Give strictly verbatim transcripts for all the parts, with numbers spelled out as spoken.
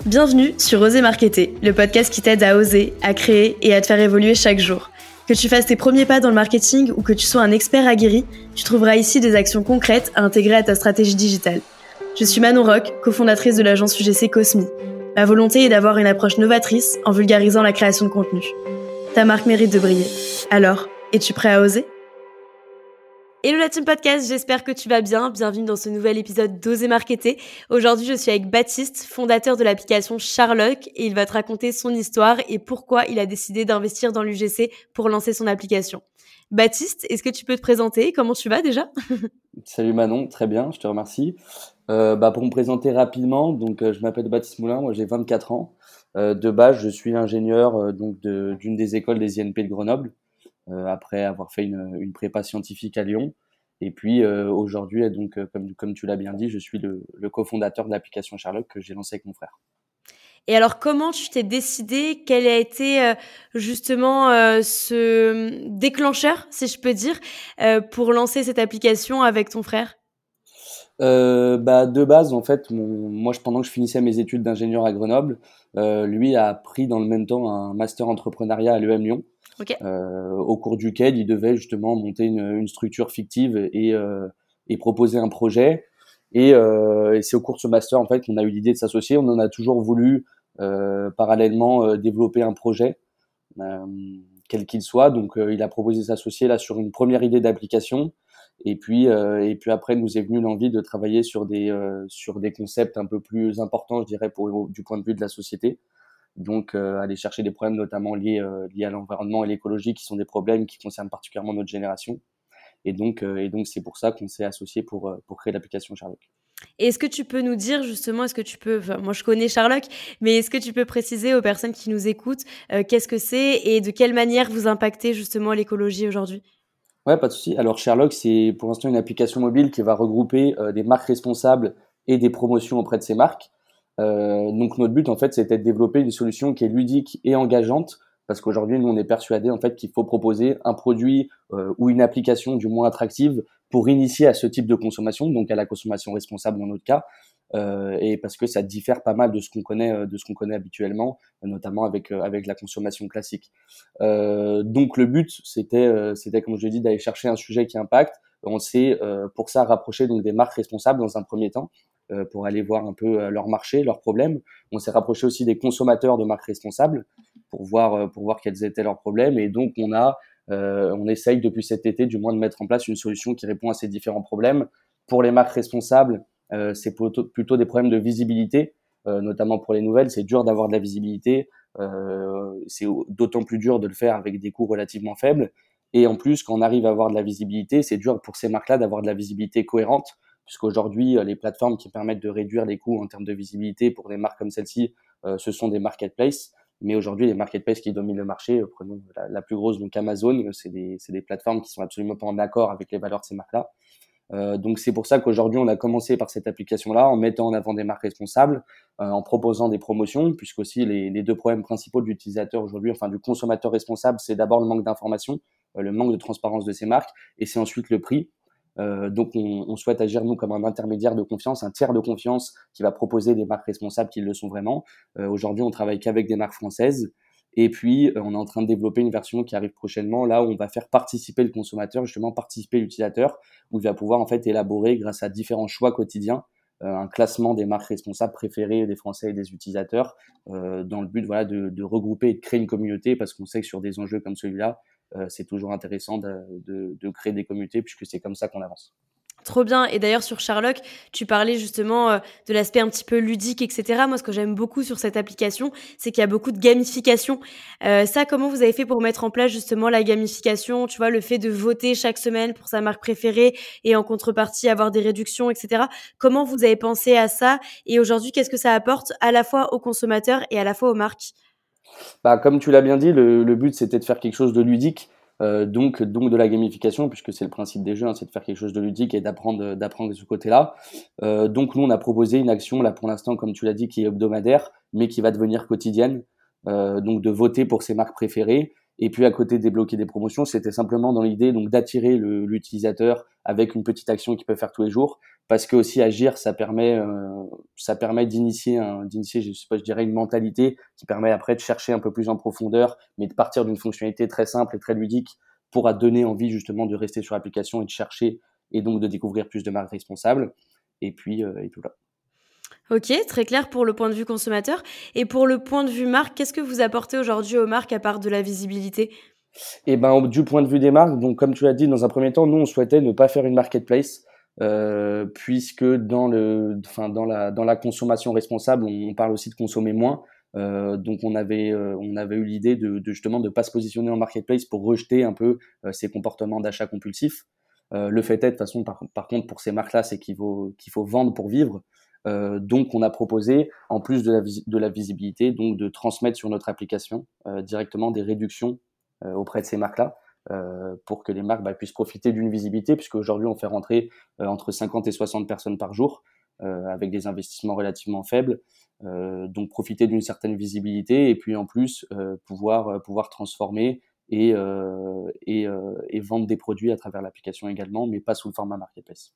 Bienvenue sur Oser Marketer, le podcast qui t'aide à oser, à créer et à te faire évoluer chaque jour. Que tu fasses tes premiers pas dans le marketing ou que tu sois un expert aguerri, tu trouveras ici des actions concrètes à intégrer à ta stratégie digitale. Je suis Manon Roch, cofondatrice de l'agence U G C Cosmi. Ma volonté est d'avoir une approche novatrice en vulgarisant la création de contenu. Ta marque mérite de briller. Alors, es-tu prêt à oser ? Hello la team podcast, j'espère que tu vas bien. Bienvenue dans ce nouvel épisode d'Oser Marketer. Aujourd'hui, je suis avec Baptiste, fondateur de l'application Sharlock, et il va te raconter son histoire et pourquoi il a décidé d'investir dans l'U G C pour lancer son application. Baptiste, est-ce que tu peux te présenter ? Comment tu vas déjà ? Salut Manon, très bien, je te remercie. Euh, bah, pour me présenter rapidement, donc euh, je m'appelle Baptiste Moulin, moi j'ai vingt-quatre ans. Euh, de base, je suis ingénieur euh, donc de, d'une des écoles des I N P de Grenoble, euh, après avoir fait une, une prépa scientifique à Lyon. Et puis euh, aujourd'hui, donc euh, comme, comme tu l'as bien dit, je suis le, le cofondateur de l'application Sharlock que j'ai lancée avec mon frère. Et alors, comment tu t'es décidé ? Quel a été euh, justement euh, ce déclencheur, si je peux dire, euh, pour lancer cette application avec ton frère ? Euh, bah de base en fait, mon, moi je, pendant que je finissais mes études d'ingénieur à Grenoble, euh, lui a pris dans le même temps un master entrepreneuriat à l'E M Lyon. Ok. Euh, au cours duquel il devait justement monter une, une structure fictive et, euh, et proposer un projet. Et, euh, et c'est au cours de ce master en fait qu'on a eu l'idée de s'associer. On en a toujours voulu euh, parallèlement euh, développer un projet, euh, quel qu'il soit. Donc euh, il a proposé de s'associer là sur une première idée d'application. Et puis euh, et puis après nous est venue l'envie de travailler sur des euh, sur des concepts un peu plus importants, je dirais, pour du point de vue de la société. Donc, euh, aller chercher des problèmes notamment liés, euh, liés à l'environnement et l'écologie, qui sont des problèmes qui concernent particulièrement notre génération. Et donc, euh, et donc c'est pour ça qu'on s'est associé pour, euh, pour créer l'application Sharlock. Et est-ce que tu peux nous dire justement, est-ce que tu peux, enfin, moi je connais Sharlock, mais est-ce que tu peux préciser aux personnes qui nous écoutent euh, qu'est-ce que c'est et de quelle manière vous impactez justement l'écologie aujourd'hui ? Ouais, pas de souci. Alors, Sharlock, c'est pour l'instant une application mobile qui va regrouper euh, des marques responsables et des promotions auprès de ces marques. Euh, donc, notre but, en fait, c'était de développer une solution qui est ludique et engageante, parce qu'aujourd'hui, nous, on est persuadés, en fait, qu'il faut proposer un produit euh, ou une application du moins attractive pour initier à ce type de consommation, donc à la consommation responsable dans notre cas, euh, et parce que ça diffère pas mal de ce qu'on connaît, euh, de ce qu'on connaît habituellement, notamment avec euh, avec la consommation classique. Euh, donc le but, c'était, euh, c'était comme je l'ai dit, d'aller chercher un sujet qui impacte. On s'est euh, pour ça rapproché donc des marques responsables dans un premier temps, euh, pour aller voir un peu euh, leur marché, leurs problèmes. On s'est rapproché aussi des consommateurs de marques responsables pour voir euh, pour voir quels étaient leurs problèmes. Et donc on a euh, on essaye depuis cet été du moins de mettre en place une solution qui répond à ces différents problèmes. Pour les marques responsables, euh, c'est plutôt, plutôt des problèmes de visibilité, euh, notamment pour les nouvelles. C'est dur d'avoir de la visibilité. Euh, c'est d'autant plus dur de le faire avec des coûts relativement faibles. Et en plus, quand on arrive à avoir de la visibilité, c'est dur pour ces marques-là d'avoir de la visibilité cohérente, puisqu'aujourd'hui, les plateformes qui permettent de réduire les coûts en termes de visibilité pour des marques comme celle-ci, euh, ce sont des marketplaces. Mais aujourd'hui, les marketplaces qui dominent le marché, euh, prenons la, la plus grosse, donc Amazon, c'est des, c'est des plateformes qui sont absolument pas en accord avec les valeurs de ces marques-là. Euh, donc c'est pour ça qu'aujourd'hui on a commencé par cette application-là en mettant en avant des marques responsables, euh, en proposant des promotions, puisqu'aussi les, les deux problèmes principaux de l'utilisateur aujourd'hui, enfin du consommateur responsable, c'est d'abord le manque d'information, euh, le manque de transparence de ces marques, et c'est ensuite le prix. Euh, donc on, on souhaite agir nous comme un intermédiaire de confiance, un tiers de confiance qui va proposer des marques responsables qui le sont vraiment. Euh, aujourd'hui on travaille qu'avec des marques françaises. Et puis, euh, on est en train de développer une version qui arrive prochainement, là où on va faire participer le consommateur, justement participer l'utilisateur, où il va pouvoir en fait élaborer, grâce à différents choix quotidiens, euh, un classement des marques responsables préférées des Français et des utilisateurs, euh, dans le but voilà de, de regrouper et de créer une communauté, parce qu'on sait que sur des enjeux comme celui-là, euh, c'est toujours intéressant de, de, de créer des communautés, puisque c'est comme ça qu'on avance. Trop bien. Et d'ailleurs, sur Sharlock, tu parlais justement euh, de l'aspect un petit peu ludique, et cetera. Moi, ce que j'aime beaucoup sur cette application, c'est qu'il y a beaucoup de gamification. Euh, ça, comment vous avez fait pour mettre en place justement la gamification ? Tu vois, le fait de voter chaque semaine pour sa marque préférée et en contrepartie avoir des réductions, et cetera. Comment vous avez pensé à ça ? Et aujourd'hui, qu'est-ce que ça apporte à la fois aux consommateurs et à la fois aux marques ? Bah, comme tu l'as bien dit, le, le but c'était de faire quelque chose de ludique, euh, donc, donc de la gamification, puisque c'est le principe des jeux, hein, c'est de faire quelque chose de ludique et d'apprendre, d'apprendre de ce côté-là. Euh, donc nous on a proposé une action là pour l'instant, comme tu l'as dit, qui est hebdomadaire, mais qui va devenir quotidienne, euh, donc de voter pour ses marques préférées. Et puis à côté de débloquer des promotions, c'était simplement dans l'idée donc d'attirer le, l'utilisateur avec une petite action qu'il peut faire tous les jours, parce que aussi agir, ça permet, euh, ça permet d'initier, un, d'initier, je sais pas, je dirais une mentalité qui permet après de chercher un peu plus en profondeur, mais de partir d'une fonctionnalité très simple et très ludique pour donner envie justement de rester sur l'application et de chercher et donc de découvrir plus de marques responsables. Et puis, euh, et tout là. Ok, très clair pour le point de vue consommateur. Et pour le point de vue marque, qu'est-ce que vous apportez aujourd'hui aux marques à part de la visibilité? Et ben, du point de vue des marques, donc comme tu l'as dit, dans un premier temps, nous on souhaitait ne pas faire une marketplace, euh, puisque dans le, enfin dans la dans la consommation responsable, on, on parle aussi de consommer moins. Euh, donc on avait euh, on avait eu l'idée de, de justement de pas se positionner en marketplace pour rejeter un peu euh, ces comportements d'achat compulsif. Euh, le fait est de toute façon par, par contre pour ces marques-là, c'est qu'il faut qu'il faut vendre pour vivre. Euh, donc on a proposé en plus de la visi- de la visibilité, donc de transmettre sur notre application euh, directement des réductions euh, auprès de ces marques-là, euh, pour que les marques bah, puissent profiter d'une visibilité, puisque aujourd'hui on fait rentrer euh, entre cinquante et soixante personnes par jour, euh, avec des investissements relativement faibles. Euh, donc profiter d'une certaine visibilité et puis en plus euh, pouvoir euh, pouvoir transformer et euh, et, euh, et vendre des produits à travers l'application également, mais pas sous le format marketplace.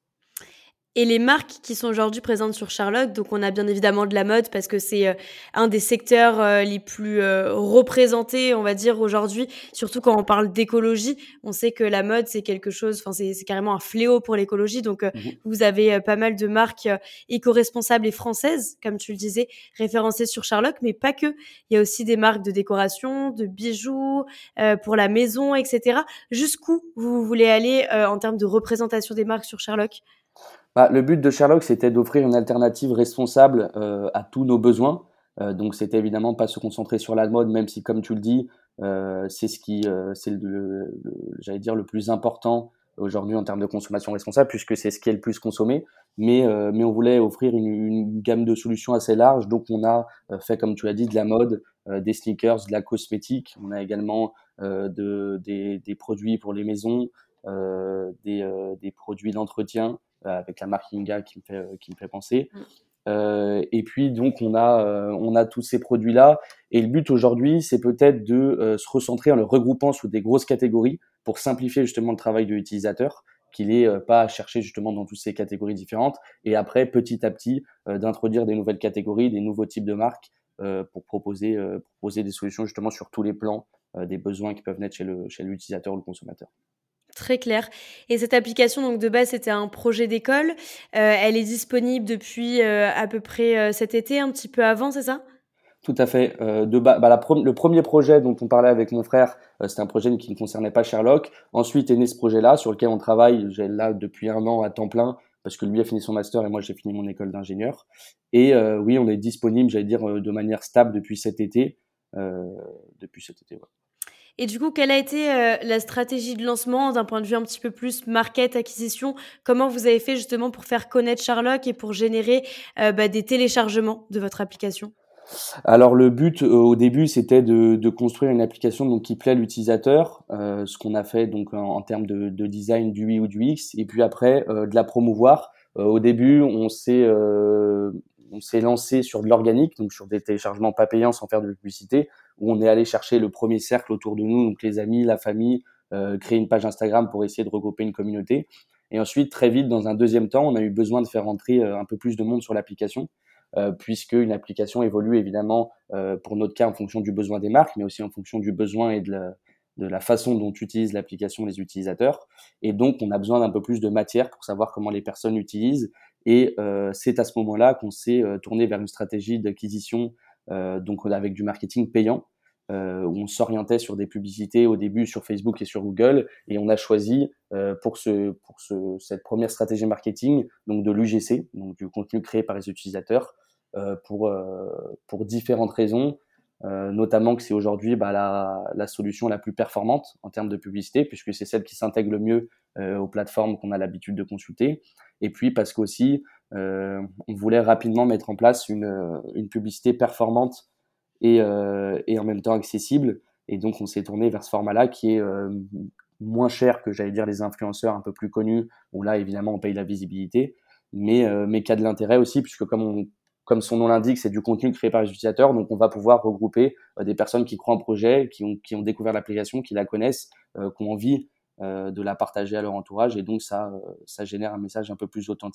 Et les marques qui sont aujourd'hui présentes sur Sherlock, donc on a bien évidemment de la mode parce que c'est euh, un des secteurs euh, les plus euh, représentés, on va dire, aujourd'hui, surtout quand on parle d'écologie. On sait que la mode, c'est quelque chose, enfin, c'est, c'est carrément un fléau pour l'écologie. Donc, euh, Mhm. vous avez euh, pas mal de marques euh, éco-responsables et françaises, comme tu le disais, référencées sur Sherlock, mais pas que. Il y a aussi des marques de décoration, de bijoux, euh, pour la maison, et cetera. Jusqu'où vous voulez aller euh, en termes de représentation des marques sur Sherlock? Bah, le but de Sherlock, c'était d'offrir une alternative responsable euh, à tous nos besoins. Euh, donc, c'était évidemment pas se concentrer sur la mode, même si, comme tu le dis, euh, c'est ce qui, euh, c'est le, le- le- j'allais dire, le plus important aujourd'hui en termes de consommation responsable, puisque c'est ce qui est le plus consommé. Mais, euh, mais on voulait offrir une, une gamme de solutions assez large. Donc, on a euh, fait, comme tu l'as dit, de la mode, euh, des sneakers, de la cosmétique. On a également euh, de, des, des produits pour les maisons, euh, des, euh, des produits d'entretien euh, avec la marque Inga qui me fait euh, qui me fait penser. Euh, et puis donc on a euh, on a tous ces produits là et le but aujourd'hui c'est peut-être de euh, se recentrer en le regroupant sous des grosses catégories pour simplifier justement le travail de l'utilisateur, qu'il ait euh, pas à chercher justement dans toutes ces catégories différentes et après petit à petit euh, d'introduire des nouvelles catégories, des nouveaux types de marques euh, pour proposer euh, proposer des solutions justement sur tous les plans euh, des besoins qui peuvent naître chez le chez l'utilisateur ou le consommateur. Très clair. Et cette application, donc de base, c'était un projet d'école. Heu, elle est disponible depuis, heu, à peu près, heu, cet été, un petit peu avant, c'est ça? Tout à fait. Euh, de ba- bah, la pre- le premier projet dont on parlait avec mon frère, euh, c'était un projet qui ne concernait pas Sherlock. Ensuite est né ce projet-là, sur lequel on travaille. J'ai là depuis un an à temps plein, parce que lui a fini son master et moi j'ai fini mon école d'ingénieur. Et euh, oui, on est disponible, j'allais dire, euh, de manière stable depuis cet été. Euh, depuis cet été, ouais. Et du coup, quelle a été, heu, la stratégie de lancement d'un point de vue un petit peu plus market, acquisition? Comment vous avez fait justement pour faire connaître Sherlock et pour générer, heu, bah, des téléchargements de votre application? Alors le but euh, au début c'était de, de construire une application donc qui plaît à l'utilisateur, euh, ce qu'on a fait donc en, en termes de, de design du U I ou du X, et puis après euh, de la promouvoir. Euh, au début on s'est euh, on s'est lancé sur de l'organique, donc sur des téléchargements pas payants sans faire de publicité, où on est allé chercher le premier cercle autour de nous, donc les amis, la famille, euh, créer une page Instagram pour essayer de regrouper une communauté. Et ensuite très vite dans un deuxième temps on a eu besoin de faire rentrer euh, un peu plus de monde sur l'application, euh, puisque une application évolue évidemment euh, pour notre cas en fonction du besoin des marques, mais aussi en fonction du besoin et de la, de la façon dont utilisent l'application les utilisateurs. Et donc, on a besoin d'un peu plus de matière pour savoir comment les personnes utilisent. Et euh, c'est à ce moment-là qu'on s'est euh, tourné vers une stratégie d'acquisition, euh, donc avec du marketing payant, euh, où on s'orientait sur des publicités au début sur Facebook et sur Google, et on a choisi euh, pour ce pour ce cette première stratégie marketing donc de l'U G C, donc du contenu créé par les utilisateurs, euh, pour euh, pour différentes raisons, euh, notamment que c'est aujourd'hui bah, la la solution la plus performante en termes de publicité, puisque c'est celle qui s'intègre le mieux euh, aux plateformes qu'on a l'habitude de consulter, et puis parce qu'aussi euh, on voulait rapidement mettre en place une une publicité performante et, euh, et en même temps accessible. Et donc, on s'est tourné vers ce format-là qui est euh, moins cher que, j'allais dire, les influenceurs un peu plus connus, où là, évidemment, on paye la visibilité, mais, euh, mais qui a de l'intérêt aussi, puisque comme, on, comme son nom l'indique, c'est du contenu créé par les utilisateurs, donc on va pouvoir regrouper euh, des personnes qui croient en projet, qui ont, qui ont découvert l'application, qui la connaissent, euh, qui ont envie euh, de la partager à leur entourage, et donc ça, euh, ça génère un message un peu plus authentique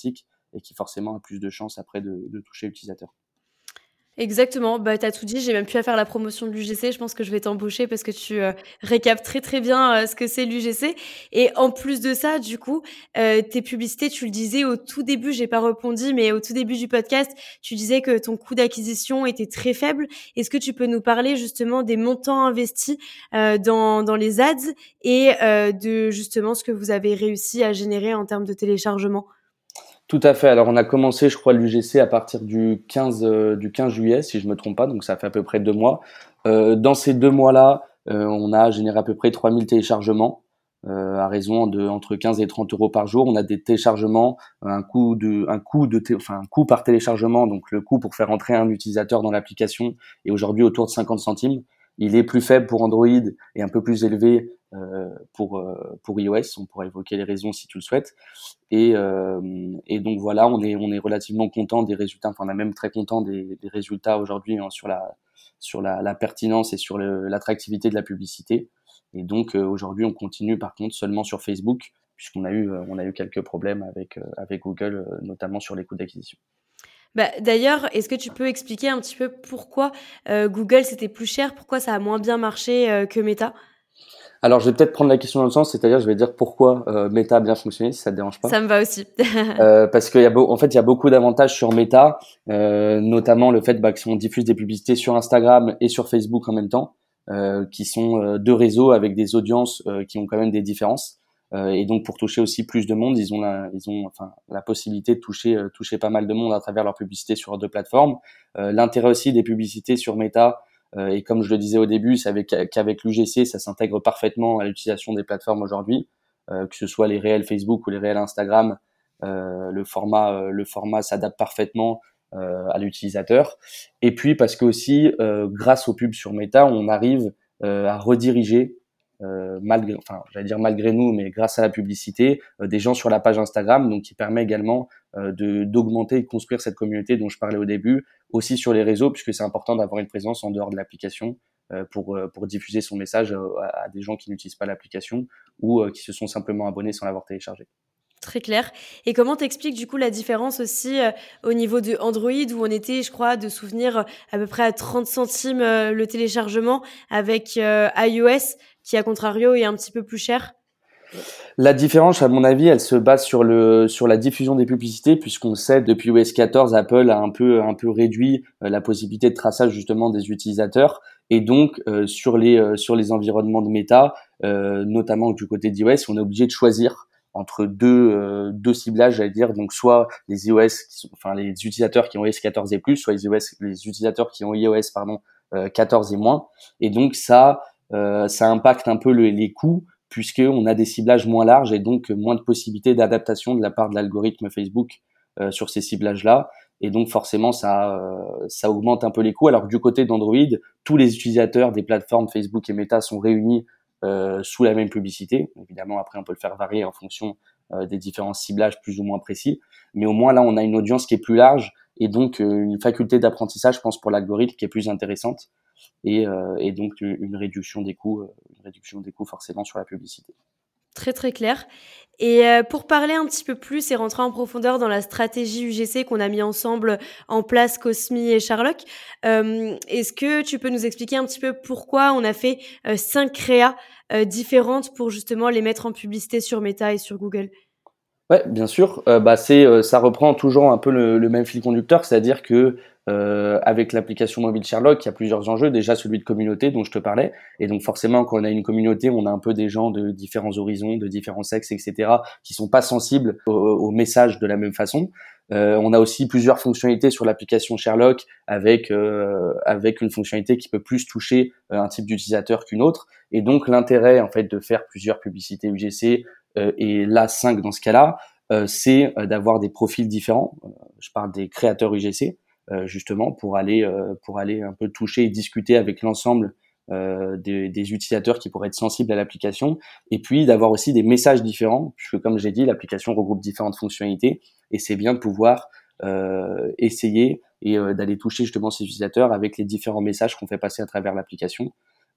et qui forcément a plus de chances après de, de toucher l'utilisateur. Exactement, bah, tu as tout dit, j'ai même plus à faire la promotion de l'U G C, je pense que je vais t'embaucher parce que tu, heu, récapes très, très bien, heu, ce que c'est l'U G C et en plus de ça, du coup, heu, tes publicités, tu le disais au tout début, j'ai pas rebondi, mais au tout début du podcast, tu disais que ton coût d'acquisition était très faible. Est-ce que tu peux nous parler justement des montants investis, heu, dans dans les ads et heu, de justement ce que vous avez réussi à générer en termes de téléchargements? Tout à fait. Alors, on a commencé, je crois, l'U G C à partir du quinze, euh, du quinze juillet, si je me trompe pas. Donc, ça fait à peu près deux mois. Euh, dans ces deux mois-là, euh, on a généré à peu près trois mille téléchargements, euh, à raison de entre quinze et trente euros par jour. On a des téléchargements, un coût de, un coût de, té- enfin, un coût par téléchargement. Donc, le coût pour faire entrer un utilisateur dans l'application est aujourd'hui autour de cinquante centimes. Il est plus faible pour Android et un peu plus élevé euh, pour euh, pour iOS. On pourra évoquer les raisons si tu le souhaites. Et, euh, et donc voilà, on est on est relativement content des résultats. Enfin, on est même très content des, des résultats aujourd'hui, hein, sur la sur la, la pertinence et sur le, l'attractivité de la publicité. Et donc euh, aujourd'hui, on continue par contre seulement sur Facebook, puisqu'on a eu euh, on a eu quelques problèmes avec euh, avec Google, euh, notamment sur les coûts d'acquisition. Bah, d'ailleurs, est-ce que tu peux expliquer un petit peu pourquoi, heu, Google c'était plus cher? Pourquoi ça a moins bien marché, heu, que Meta? Alors, je vais peut-être prendre la question dans le sens, c'est-à-dire je vais dire pourquoi euh, Meta a bien fonctionné, si ça te dérange pas. Ça me va aussi. Euh, parce qu'il y a beau, en fait, il y a beaucoup d'avantages sur Meta, euh, notamment le fait bah, qu'on diffuse des publicités sur Instagram et sur Facebook en même temps, euh, qui sont euh, deux réseaux avec des audiences euh, qui ont quand même des différences. Euh, et donc, pour toucher aussi plus de monde, ils ont la, ils ont enfin la possibilité de toucher, euh, toucher pas mal de monde à travers leurs publicités sur deux plateformes. Euh, l'intérêt aussi des publicités sur Meta, euh, et comme je le disais au début, c'est avec, qu'avec l'U G C, ça s'intègre parfaitement à l'utilisation des plateformes aujourd'hui, euh, que ce soit les réels Facebook ou les réels Instagram. Euh, le format, euh, le format s'adapte parfaitement euh, à l'utilisateur. Et puis parce que aussi, euh, grâce aux pubs sur Meta, on arrive euh, à rediriger, euh, malgré, enfin, j'allais dire malgré nous, mais grâce à la publicité, euh, des gens sur la page Instagram, donc qui permet également euh, de d'augmenter et de construire cette communauté dont je parlais au début, aussi sur les réseaux, puisque c'est important d'avoir une présence en dehors de l'application euh, pour euh, pour diffuser son message euh, à, à des gens qui n'utilisent pas l'application ou euh, qui se sont simplement abonnés sans l'avoir téléchargé. Très clair. Et comment t'expliques du coup la différence aussi, heu, au niveau de Android où on était, je crois, de souvenir, heu, à peu près à trente centimes, heu, le téléchargement avec, heu, iOS qui à contrario est un petit peu plus cher? La différence, à mon avis, elle se base sur le sur la diffusion des publicités, puisqu'on sait depuis iOS quatorze, Apple a un peu un peu réduit euh, la possibilité de traçage justement des utilisateurs, et donc euh, sur les euh, sur les environnements de Meta, euh, notamment du côté d'iOS, on est obligé de choisir entre deux euh, deux ciblages, j'allais dire, donc soit les iOS, qui sont, enfin les utilisateurs qui ont iOS quatorze et plus, soit les iOS les utilisateurs qui ont iOS pardon euh, quatorze et moins, et donc ça euh, ça impacte un peu le, les coûts, puisqu'on a des ciblages moins larges et donc moins de possibilités d'adaptation de la part de l'algorithme Facebook euh, sur ces ciblages-là. Et donc forcément, ça, euh, ça augmente un peu les coûts. Alors que du côté d'Android, tous les utilisateurs des plateformes Facebook et Meta sont réunis euh, sous la même publicité. Évidemment, après, on peut le faire varier en fonction euh, des différents ciblages plus ou moins précis. Mais au moins, là, on a une audience qui est plus large et donc euh, une faculté d'apprentissage, je pense, pour l'algorithme qui est plus intéressante, et, euh, et donc une réduction des coûts, une réduction des coûts forcément sur la publicité. Très, très clair. Et heu, pour parler un petit peu plus et rentrer en profondeur dans la stratégie U G C qu'on a mis ensemble en place, Cosmi et Sherlock, hem, est-ce que tu peux nous expliquer un petit peu pourquoi on a fait, heu, cinq créas, heu, différentes pour justement les mettre en publicité sur Meta et sur Google? Ouais, bien sûr. Euh, bah c'est, euh, ça reprend toujours un peu le, le même fil conducteur, c'est-à-dire que euh, avec l'application mobile Sherlock, il y a plusieurs enjeux. Déjà celui de communauté dont je te parlais, et donc forcément quand on a une communauté, on a un peu des gens de différents horizons, de différents sexes, et cetera, qui sont pas sensibles au, au message de la même façon. Euh, on a aussi plusieurs fonctionnalités sur l'application Sherlock, avec euh, avec une fonctionnalité qui peut plus toucher euh, un type d'utilisateur qu'une autre, et donc l'intérêt en fait de faire plusieurs publicités U G C, euh, et là cinq dans ce cas-là, euh, c'est euh, d'avoir des profils différents. Euh, je parle des créateurs U G C, euh, justement pour aller euh, pour aller un peu toucher et discuter avec l'ensemble euh, des, des utilisateurs qui pourraient être sensibles à l'application, et puis d'avoir aussi des messages différents, puisque comme j'ai dit, l'application regroupe différentes fonctionnalités, et c'est bien de pouvoir euh, essayer et euh, d'aller toucher justement ces utilisateurs avec les différents messages qu'on fait passer à travers l'application.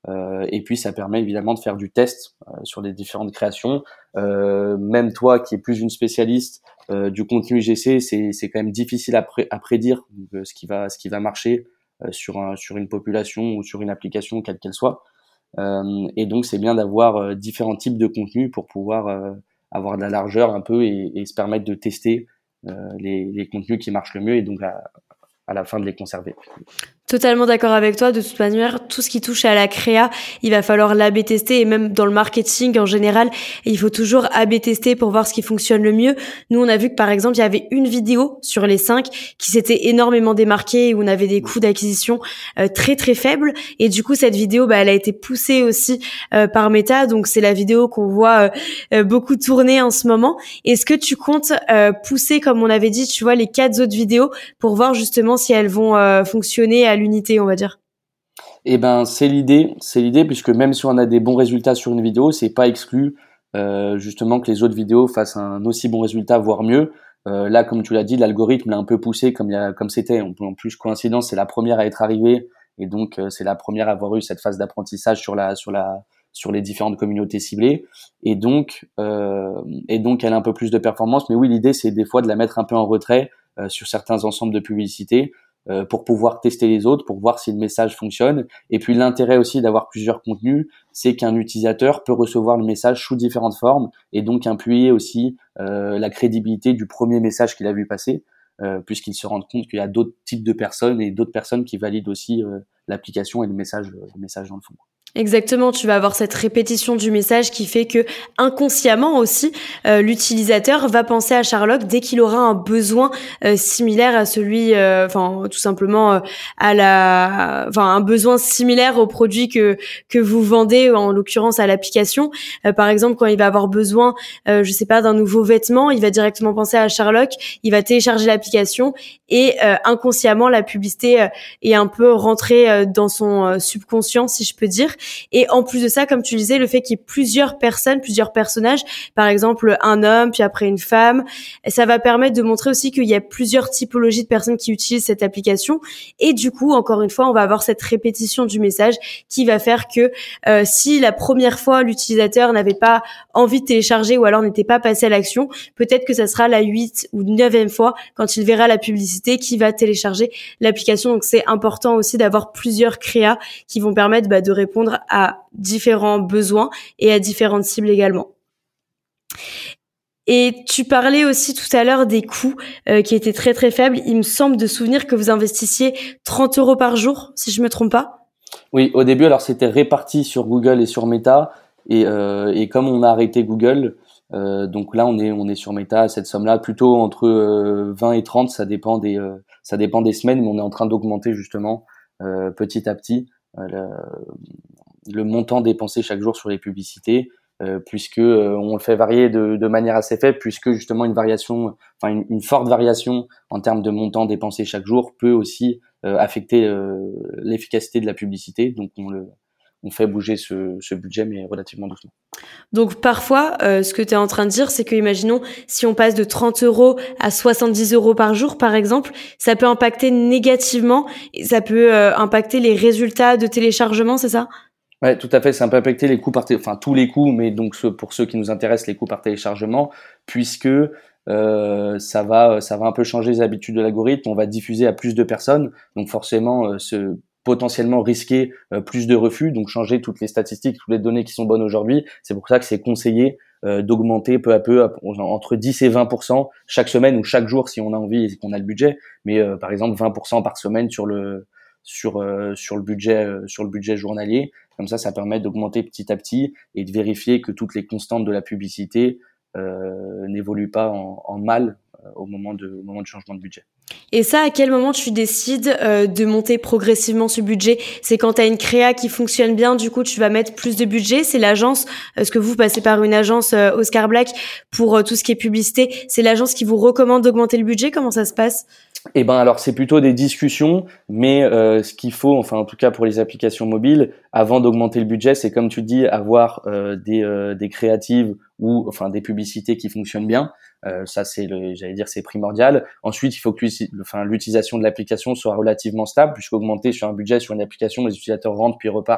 Euh, et puis ça permet évidemment de faire du test euh, sur les différentes créations. Euh, même toi qui es plus une spécialiste euh, du contenu U G C, c'est c'est quand même difficile à, pré- à prédire donc, euh, ce qui va ce qui va marcher euh, sur un sur une population ou sur une application quelle qu'elle soit. Euh, et donc c'est bien d'avoir euh, différents types de contenus pour pouvoir euh, avoir de la largeur un peu et, et se permettre de tester euh, les, les contenus qui marchent le mieux et donc à, à la fin de les conserver. Totalement d'accord avec toi. De toute manière, tout ce qui touche à la créa, il va falloir l'A B tester et même dans le marketing en général, il faut toujours A B tester pour voir ce qui fonctionne le mieux. Nous, on a vu que par exemple, il y avait une vidéo sur les cinq qui s'était énormément démarquée où on avait des coûts d'acquisition euh, très très faibles et du coup, cette vidéo, bah, elle a été poussée aussi euh, par Meta. Donc, c'est la vidéo qu'on voit euh, beaucoup tourner en ce moment. Est-ce que tu comptes euh, pousser, comme on avait dit, tu vois, les quatre autres vidéos pour voir justement si elles vont euh, fonctionner à l'unité, on va dire? Eh ben, c'est l'idée, c'est l'idée, puisque même si on a des bons résultats sur une vidéo, c'est pas exclu euh, justement que les autres vidéos fassent un aussi bon résultat, voire mieux. Euh, là, comme tu l'as dit, l'algorithme l'a un peu poussé, comme il y a, comme c'était. En en plus, coïncidence, c'est la première à être arrivée, et donc euh, c'est la première à avoir eu cette phase d'apprentissage sur la, sur la, sur les différentes communautés ciblées, et donc, euh, et donc elle a un peu plus de performance. Mais oui, l'idée, c'est des fois de la mettre un peu en retrait euh, sur certains ensembles de publicités euh, pour pouvoir tester les autres, pour voir si le message fonctionne. Et puis l'intérêt aussi d'avoir plusieurs contenus, c'est qu'un utilisateur peut recevoir le message sous différentes formes et donc appuyer aussi euh, la crédibilité du premier message qu'il a vu passer, euh, puisqu'il se rend compte qu'il y a d'autres types de personnes et d'autres personnes qui valident aussi euh, l'application et le message, le message dans le fond. Exactement, tu vas avoir cette répétition du message qui fait que inconsciemment aussi, euh, l'utilisateur va penser à Sherlock dès qu'il aura un besoin euh, similaire à celui, euh, enfin tout simplement euh, à la, enfin un besoin similaire au produit que que vous vendez, en l'occurrence à l'application. Euh, par exemple, quand il va avoir besoin, euh, je sais pas, d'un nouveau vêtement, il va directement penser à Sherlock, il va télécharger l'application et euh, inconsciemment la publicité euh, est un peu rentrée euh, dans son euh, subconscient, si je peux dire. Et en plus de ça, comme tu disais, le fait qu'il y ait plusieurs personnes, plusieurs personnages, par exemple un homme, puis après une femme, ça va permettre de montrer aussi qu'il y a plusieurs typologies de personnes qui utilisent cette application. Et du coup, encore une fois, on va avoir cette répétition du message qui va faire que euh, si la première fois l'utilisateur n'avait pas envie de télécharger ou alors n'était pas passé à l'action, peut-être que ça sera la huit ou neuvième fois quand il verra la publicité qui va télécharger l'application. Donc c'est important aussi d'avoir plusieurs créas qui vont permettre bah, de répondre à différents besoins et à différentes cibles également. Et tu parlais aussi tout à l'heure des coûts euh, qui étaient très très faibles. Il me semble de souvenir que vous investissiez trente euros par jour, si je me trompe pas. Oui, au début, alors c'était réparti sur Google et sur Meta, et, euh, et comme on a arrêté Google, euh, donc là on est on est sur Meta à cette somme-là, plutôt entre euh, vingt et trente, ça dépend des euh, ça dépend des semaines, mais on est en train d'augmenter justement euh, petit à petit euh, le, le montant dépensé chaque jour sur les publicités, euh, puisque euh, on le fait varier de, de manière assez faible, puisque justement une variation, enfin une, une forte variation en termes de montant dépensé chaque jour peut aussi euh, affecter euh, l'efficacité de la publicité. Donc on le on fait bouger ce, ce budget, mais relativement doucement. Donc parfois, euh, ce que tu es en train de dire, c'est que, imaginons, si on passe de trente euros à soixante-dix euros par jour, par exemple, ça peut impacter négativement, et ça peut euh, impacter les résultats de téléchargement, c'est ça ? Ouais, tout à fait. Ça peut impacter les coûts par, té- enfin tous les coûts, mais donc ce- pour ceux qui nous intéressent, les coûts par téléchargement, puisque euh, ça va, ça va un peu changer les habitudes de l'algorithme. On va diffuser à plus de personnes, donc forcément, euh, ce potentiellement risquer euh, plus de refus, donc changer toutes les statistiques, toutes les données qui sont bonnes aujourd'hui. C'est pour ça que c'est conseillé euh, d'augmenter peu à peu à- entre dix et vingt pour cent chaque semaine ou chaque jour si on a envie et qu'on a le budget. Mais euh, par exemple vingt pour cent par semaine sur le sur euh, sur le budget euh, sur le budget journalier. Comme ça, ça permet d'augmenter petit à petit et de vérifier que toutes les constantes de la publicité euh, n'évoluent pas en, en mal euh, au moment de au moment du changement de budget. Et ça, à quel moment tu décides euh, de monter progressivement ce budget ? C'est quand tu as une créa qui fonctionne bien, du coup tu vas mettre plus de budget. C'est l'agence, est-ce que vous passez par une agence euh, Oscar Black pour euh, tout ce qui est publicité ? C'est l'agence qui vous recommande d'augmenter le budget ? Comment ça se passe ? Eh ben alors c'est plutôt des discussions, mais euh, ce qu'il faut, enfin en tout cas pour les applications mobiles, avant d'augmenter le budget, c'est comme tu dis, avoir euh, des euh, des créatives ou enfin des publicités qui fonctionnent bien. Euh, ça c'est le, j'allais dire c'est primordial. Ensuite il faut que enfin l'utilisation de l'application soit relativement stable, puisqu'augmenter sur un budget sur une application, les utilisateurs rentrent puis repartent.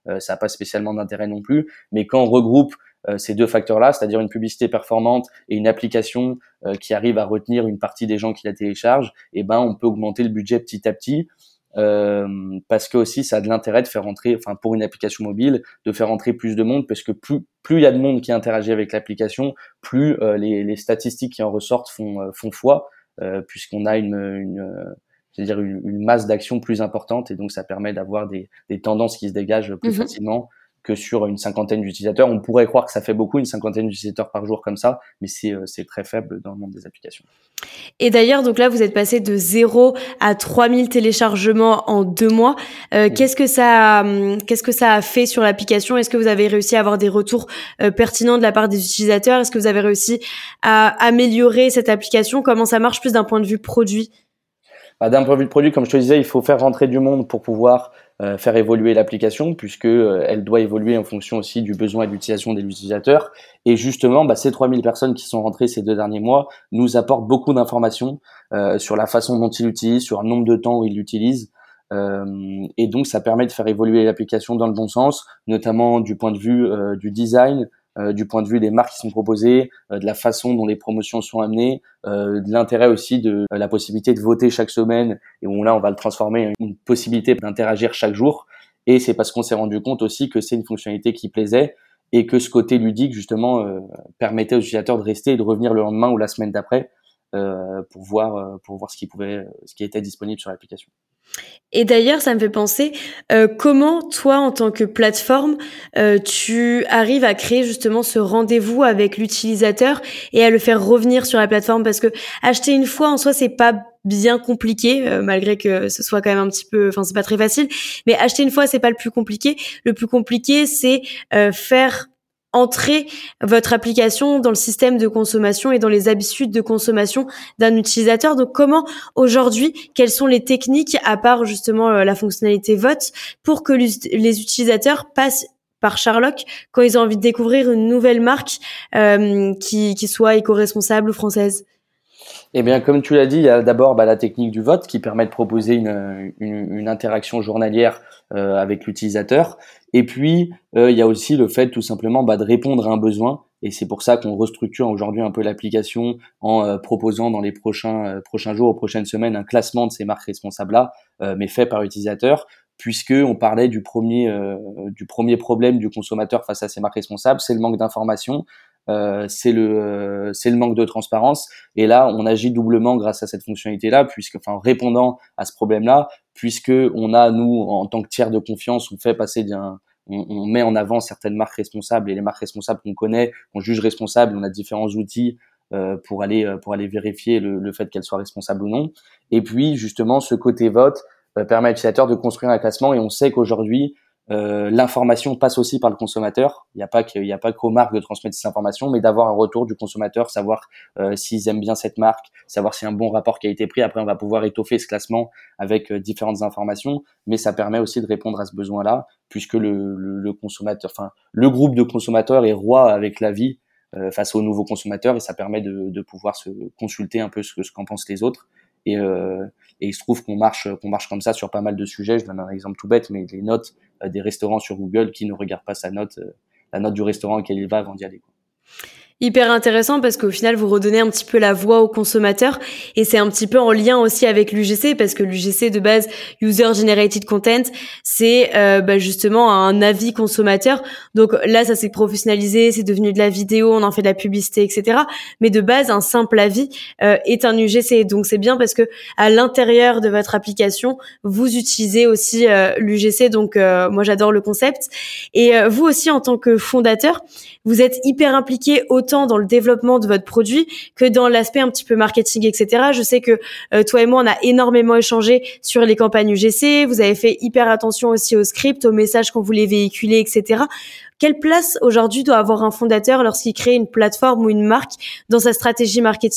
euh, ça n'a pas spécialement d'intérêt non plus. Mais quand on regroupe euh, ces deux facteurs-là, c'est-à-dire une publicité performante et une application euh, qui arrive à retenir une partie des gens qui la téléchargent, eh ben on peut augmenter le budget petit à petit. Euh, parce que aussi ça a de l'intérêt de faire rentrer, enfin pour une application mobile, de faire rentrer plus de monde, parce que plus plus il y a de monde qui interagit avec l'application, plus euh, les, les statistiques qui en ressortent font euh, font foi, euh, puisqu'on a une, une euh, c'est-à-dire une, une masse d'action plus importante, et donc ça permet d'avoir des, des tendances qui se dégagent plus mmh. facilement que sur une cinquantaine d'utilisateurs. On pourrait croire que ça fait beaucoup, une cinquantaine d'utilisateurs par jour comme ça, mais c'est euh, c'est très faible dans le monde des applications. Et d'ailleurs, donc là, vous êtes passé de zéro à trois mille téléchargements en deux mois. Euh, mmh. Qu'est-ce que ça, a, qu'est-ce que ça a fait sur l'application ? Est-ce que vous avez réussi à avoir des retours euh, pertinents de la part des utilisateurs ? Est-ce que vous avez réussi à améliorer cette application ? Comment ça marche plus d'un point de vue produit ? Bah, d'un point de vue de produit, comme je te disais, il faut faire rentrer du monde pour pouvoir euh, faire évoluer l'application, puisque euh, elle doit évoluer en fonction aussi du besoin et de l'utilisation des utilisateurs. Et justement, bah, ces trois mille personnes qui sont rentrées ces deux derniers mois nous apportent beaucoup d'informations euh, sur la façon dont ils l'utilisent, sur un nombre de temps où ils l'utilisent. Euh, et donc, ça permet de faire évoluer l'application dans le bon sens, notamment du point de vue euh, du design, Euh, du point de vue des marques qui sont proposées, euh, de la façon dont les promotions sont amenées, euh, de l'intérêt aussi de euh, la possibilité de voter chaque semaine, et où là on va le transformer en une possibilité d'interagir chaque jour. Et c'est parce qu'on s'est rendu compte aussi que c'est une fonctionnalité qui plaisait, et que ce côté ludique justement euh, permettait aux utilisateurs de rester et de revenir le lendemain ou la semaine d'après euh, pour voir euh, pour voir ce qui pouvait ce qui était disponible sur l'application. Et d'ailleurs, ça me fait penser, euh, comment toi, en tant que plateforme, euh, tu arrives à créer justement ce rendez-vous avec l'utilisateur et à le faire revenir sur la plateforme ? Parce que acheter une fois, en soi, c'est pas bien compliqué, euh, malgré que ce soit quand même un petit peu, enfin, c'est pas très facile. Mais acheter une fois, c'est pas le plus compliqué. Le plus compliqué, c'est euh, faire entrer votre application dans le système de consommation et dans les habitudes de consommation d'un utilisateur. Donc, comment aujourd'hui, quelles sont les techniques, à part justement euh, la fonctionnalité vote, pour que les utilisateurs passent par Sherlock quand ils ont envie de découvrir une nouvelle marque euh, qui, qui soit éco-responsable ou française ? Eh bien, comme tu l'as dit, il y a d'abord bah, la technique du vote qui permet de proposer une, une, une interaction journalière euh, avec l'utilisateur. Et puis, euh, il y a aussi le fait tout simplement bah, de répondre à un besoin. Et c'est pour ça qu'on restructure aujourd'hui un peu l'application en euh, proposant dans les prochains, euh, prochains jours ou prochaines semaines un classement de ces marques responsables-là, euh, mais fait par utilisateur, puisque on parlait du premier, euh, du premier problème du consommateur face à ces marques responsables, c'est le manque d'information. Euh, c'est le euh, c'est le manque de transparence, et là on agit doublement grâce à cette fonctionnalité là, puisque enfin répondant à ce problème là, puisque on a, nous, en tant que tiers de confiance, on fait passer d'un on, on met en avant certaines marques responsables, et les marques responsables qu'on connaît, qu'on juge responsables, on a différents outils euh, pour aller pour aller vérifier le, le fait qu'elles soient responsables ou non. Et puis justement ce côté vote euh, permet à l'utilisateur de construire un classement, et on sait qu'aujourd'hui Euh, l'information passe aussi par le consommateur. Il n'y a pas qu'il y a pas qu'aux marques de transmettre ces informations, mais d'avoir un retour du consommateur, savoir euh, s'ils aiment bien cette marque, savoir s'il y a un bon rapport qui a été pris. Après, on va pouvoir étoffer ce classement avec euh, différentes informations, mais ça permet aussi de répondre à ce besoin-là, puisque le, le, le consommateur, enfin le groupe de consommateurs est roi avec l'avis euh, face aux nouveaux consommateurs, et ça permet de, de pouvoir se consulter un peu ce, ce qu'en pensent les autres. Et, euh, et il se trouve qu'on marche, qu'on marche comme ça sur pas mal de sujets. Je donne un exemple tout bête, mais les notes euh, des restaurants sur Google, qui ne regarde pas sa note, euh, la note du restaurant auquel il va avant d'y aller, quoi. Hyper intéressant, parce qu'au final, vous redonnez un petit peu la voix aux consommateurs, et c'est un petit peu en lien aussi avec l'U G C, parce que l'U G C de base, User Generated Content, c'est euh, bah, justement un avis consommateur. Donc là, ça s'est professionnalisé, c'est devenu de la vidéo, on en fait de la publicité, et cetera. Mais de base, un simple avis euh, est un U G C. Donc c'est bien parce que à l'intérieur de votre application, vous utilisez aussi euh, l'U G C. Donc euh, moi, j'adore le concept. Et euh, vous aussi, en tant que fondateur, vous êtes hyper impliqué autant dans le développement de votre produit que dans l'aspect un petit peu marketing, et cetera. Je sais que euh, toi et moi, on a énormément échangé sur les campagnes U G C. Vous avez fait hyper attention aussi aux scripts, aux messages qu'on voulait véhiculer, et cetera. Quelle place aujourd'hui doit avoir un fondateur lorsqu'il crée une plateforme ou une marque dans sa stratégie marketing ?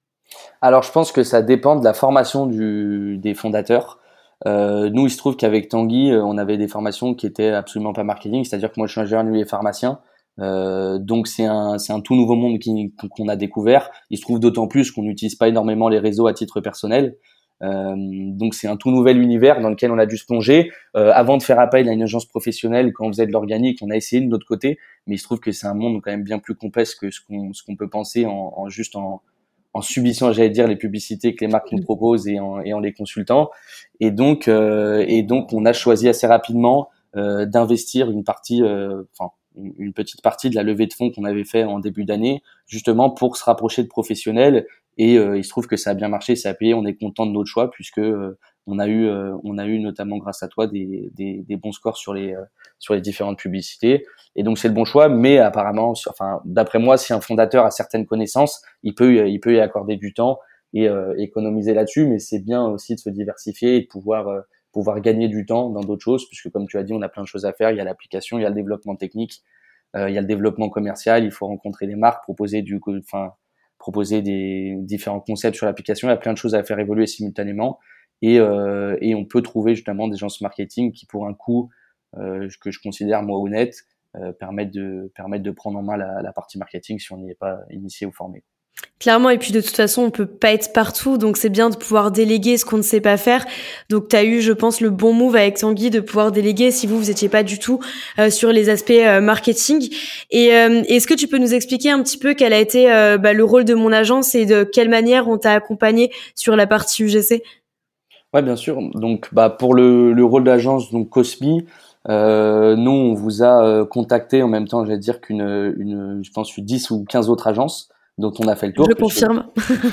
Alors, je pense que ça dépend de la formation du, des fondateurs. Euh, nous, il se trouve qu'avec Tanguy, on avait des formations qui étaient absolument pas marketing, c'est-à-dire que moi, je suis ingénieur, lui est pharmacien. Euh, donc c'est un c'est un tout nouveau monde qui, qu'on a découvert. Il se trouve d'autant plus qu'on n'utilise pas énormément les réseaux à titre personnel. Euh, donc c'est un tout nouvel univers dans lequel on a dû se plonger. Euh, avant de faire appel à une agence professionnelle, quand on faisait de l'organique, on a essayé de notre côté, mais il se trouve que c'est un monde quand même bien plus complexe que ce qu'on ce qu'on peut penser en, en juste en en subissant, j'allais dire, les publicités que les marques nous proposent et en, et en les consultant. Et donc, euh, et donc, on a choisi assez rapidement euh, d'investir une partie, euh, enfin, une petite partie de la levée de fonds qu'on avait fait en début d'année, justement pour se rapprocher de professionnels. Et euh, il se trouve que ça a bien marché, ça a payé. On est content de notre choix puisque euh, on a eu, euh, on a eu notamment grâce à toi des, des, des bons scores sur les, euh, sur les différentes publicités. Et donc c'est le bon choix, mais apparemment, enfin d'après moi, si un fondateur a certaines connaissances, il peut, il peut y accorder du temps et euh, économiser là-dessus. Mais c'est bien aussi de se diversifier et de pouvoir, euh, pouvoir gagner du temps dans d'autres choses, puisque comme tu as dit, on a plein de choses à faire. Il y a l'application, il y a le développement technique, euh, il y a le développement commercial. Il faut rencontrer des marques, proposer du, enfin proposer des différents concepts sur l'application. Il y a plein de choses à faire évoluer simultanément et euh, et on peut trouver justement des gens de marketing qui, pour un coût euh, que je considère moi honnête, Euh, permettre de permettre de prendre en main la, la partie marketing si on n'y est pas initié ou formé. Clairement, et puis de toute façon, on peut pas être partout, donc c'est bien de pouvoir déléguer ce qu'on ne sait pas faire. Donc tu as eu, je pense, le bon move avec Tanguy de pouvoir déléguer si vous vous étiez pas du tout euh, sur les aspects euh, marketing. Et euh, est-ce que tu peux nous expliquer un petit peu quel a été euh, bah, le rôle de mon agence et de quelle manière on t'a accompagné sur la partie U G C? Ouais, bien sûr. Donc bah pour le le rôle d'agence donc Cosmi, Euh, nous, on vous a euh, contacté en même temps, j'allais dire qu'une, une, je pense, dix ou quinze autres agences dont on a fait le tour. Je confirme.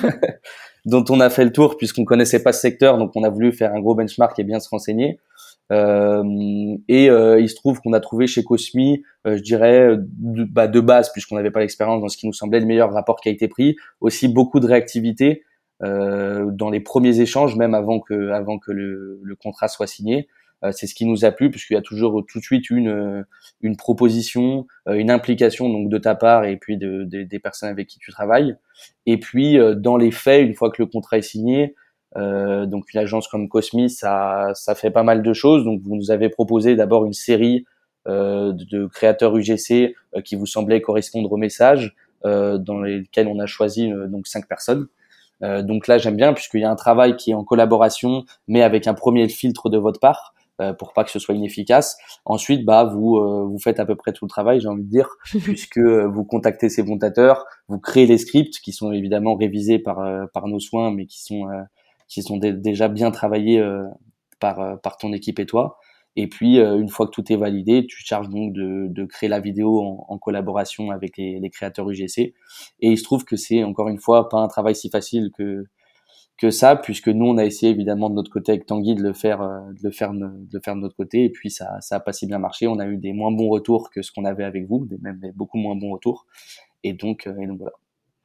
dont on a fait le tour puisqu'on connaissait pas ce secteur, donc on a voulu faire un gros benchmark et bien se renseigner. Euh, et euh, il se trouve qu'on a trouvé chez Cosmi, euh, je dirais, de, bah, de base, puisqu'on n'avait pas l'expérience, dans ce qui nous semblait le meilleur rapport qualité-prix, aussi beaucoup de réactivité euh, dans les premiers échanges, même avant que, avant que le, le contrat soit signé. Euh, c'est ce qui nous a plu, puisqu'il y a toujours tout de suite une une proposition, euh, une implication donc de ta part et puis de, de des personnes avec qui tu travailles. Et puis euh, dans les faits, une fois que le contrat est signé, euh, donc une agence comme Cosmi, ça ça fait pas mal de choses. Donc vous nous avez proposé d'abord une série euh, de, de créateurs U G C euh, qui vous semblaient correspondre au message, euh, dans lesquels on a choisi euh, donc cinq personnes. Euh, donc là j'aime bien puisqu'il y a un travail qui est en collaboration, mais avec un premier filtre de votre part. Euh, pour pas que ce soit inefficace. Ensuite, bah vous euh, vous faites à peu près tout le travail, j'ai envie de dire, puisque euh, vous contactez ces fondateurs, vous créez les scripts qui sont évidemment révisés par euh, par nos soins, mais qui sont euh, qui sont d- déjà bien travaillés euh, par euh, par ton équipe et toi. Et puis euh, une fois que tout est validé, tu charges donc de de créer la vidéo en, en collaboration avec les, les créateurs U G C. Et il se trouve que c'est encore une fois pas un travail si facile que que ça, puisque nous on a essayé évidemment de notre côté avec Tanguy de le faire, euh, de le faire, de le faire de notre côté, et puis ça, ça a pas si bien marché. On a eu des moins bons retours que ce qu'on avait avec vous, des même des beaucoup moins bons retours, et donc, euh, et donc voilà.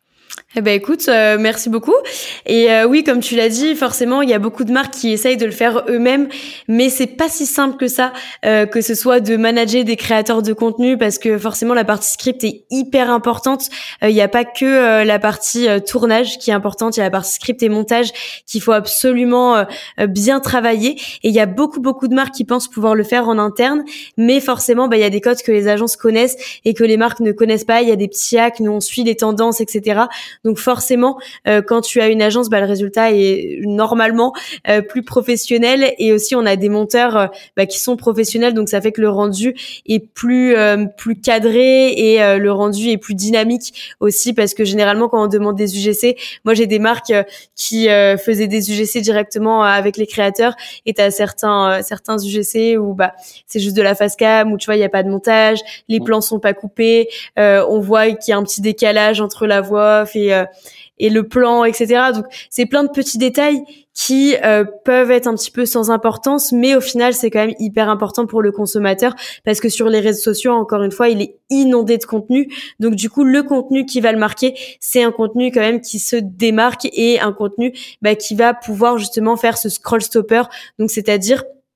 Eh ben écoute, euh, merci beaucoup. Et euh, oui, comme tu l'as dit, forcément, il y a beaucoup de marques qui essayent de le faire eux-mêmes, mais c'est pas si simple que ça, euh, que ce soit de manager des créateurs de contenu, parce que forcément la partie script est hyper importante. Euh, il n'y a pas que euh, la partie euh, tournage qui est importante, il y a la partie script et montage qu'il faut absolument euh, bien travailler. Et il y a beaucoup beaucoup de marques qui pensent pouvoir le faire en interne, mais forcément, bah il y a des codes que les agences connaissent et que les marques ne connaissent pas. Il y a des petits hacks, nous on suit les tendances, et cetera. Donc forcément, euh, quand tu as une agence, bah, le résultat est normalement euh, plus professionnel. Et aussi, on a des monteurs euh, bah, qui sont professionnels, donc ça fait que le rendu est plus euh, plus cadré et euh, le rendu est plus dynamique aussi, parce que généralement, quand on demande des U G C, moi j'ai des marques euh, qui euh, faisaient des U G C directement avec les créateurs, et t'as certains euh, certains U G C où bah c'est juste de la face cam, où tu vois il y a pas de montage, les plans sont pas coupés, euh, on voit qu'il y a un petit décalage entre la voix off et euh, et le plan, et cetera. Donc c'est plein de petits détails qui euh, peuvent être un petit peu sans importance, mais au final c'est quand même hyper important pour le consommateur, parce que sur les réseaux sociaux, encore une fois, il est inondé de contenu. Donc du coup, le contenu qui va le marquer, c'est un contenu quand même qui se démarque, et un contenu bah, qui va pouvoir justement faire ce scroll stopper. Donc c'est-à-dire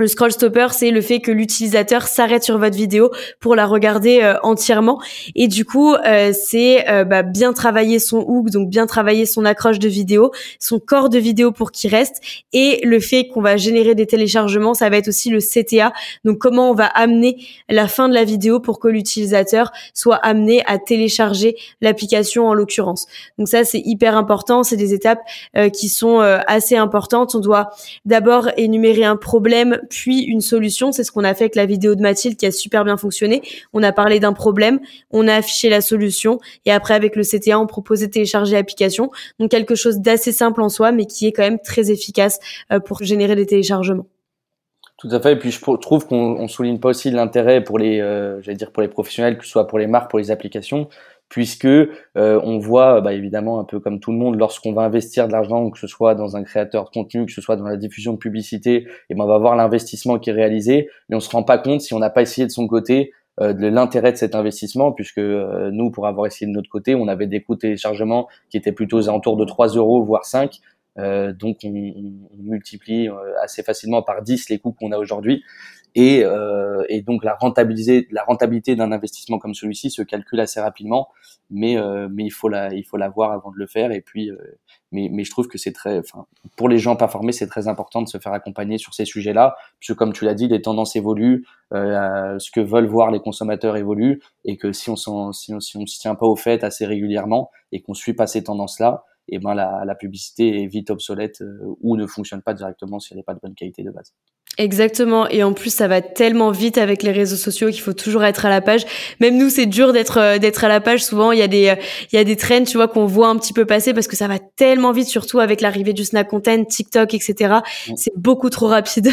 Le scroll stopper, c'est le fait que l'utilisateur s'arrête sur votre vidéo pour la regarder euh, entièrement. Et du coup, euh, c'est euh, bah, bien travailler son hook, donc bien travailler son accroche de vidéo, son corps de vidéo pour qu'il reste. Et le fait qu'on va générer des téléchargements, ça va être aussi le C T A. Donc comment on va amener la fin de la vidéo pour que l'utilisateur soit amené à télécharger l'application en l'occurrence. Donc ça, c'est hyper important. C'est des étapes euh, qui sont euh, assez importantes. On doit d'abord énumérer un problème, puis une solution. C'est ce qu'on a fait avec la vidéo de Mathilde qui a super bien fonctionné. On a parlé d'un problème, on a affiché la solution et après avec le C T A, on proposait de télécharger l'application. Donc quelque chose d'assez simple en soi, mais qui est quand même très efficace euh, pour générer des téléchargements. Tout à fait. Et puis je trouve qu'on on souligne pas aussi l'intérêt pour les, euh, j'allais dire pour les professionnels, que ce soit pour les marques, pour les applications, puisque euh, on voit, bah, évidemment, un peu comme tout le monde, lorsqu'on va investir de l'argent, que ce soit dans un créateur de contenu, que ce soit dans la diffusion de publicité, et ben on va voir l'investissement qui est réalisé, mais on se rend pas compte si on n'a pas essayé de son côté euh, de l'intérêt de cet investissement, puisque euh, nous, pour avoir essayé de notre côté, on avait des coûts de téléchargement qui étaient plutôt aux alentours de trois euros, voire cinq. Euh, donc on, on multiplie euh, assez facilement par dix les coûts qu'on a aujourd'hui. Et, euh, et donc la rentabilité, la rentabilité d'un investissement comme celui-ci se calcule assez rapidement, mais euh, mais il faut la il faut la voir avant de le faire. Et puis euh, mais mais je trouve que c'est très, enfin pour les gens pas formés, c'est très important de se faire accompagner sur ces sujets-là, parce que comme tu l'as dit, les tendances évoluent, euh, ce que veulent voir les consommateurs évolue, et que si on s'en si on si on se tient pas au fait assez régulièrement et qu'on suit pas ces tendances-là, et ben la la publicité est vite obsolète euh, ou ne fonctionne pas directement si elle n'est pas de bonne qualité de base. Exactement. Et en plus, ça va tellement vite avec les réseaux sociaux qu'il faut toujours être à la page. Même nous, c'est dur d'être euh, d'être à la page. Souvent, il y a des euh, il y a des trends, tu vois, qu'on voit un petit peu passer parce que ça va tellement vite, surtout avec l'arrivée du Snap Content, TikTok, et cetera. Mm. C'est beaucoup trop rapide.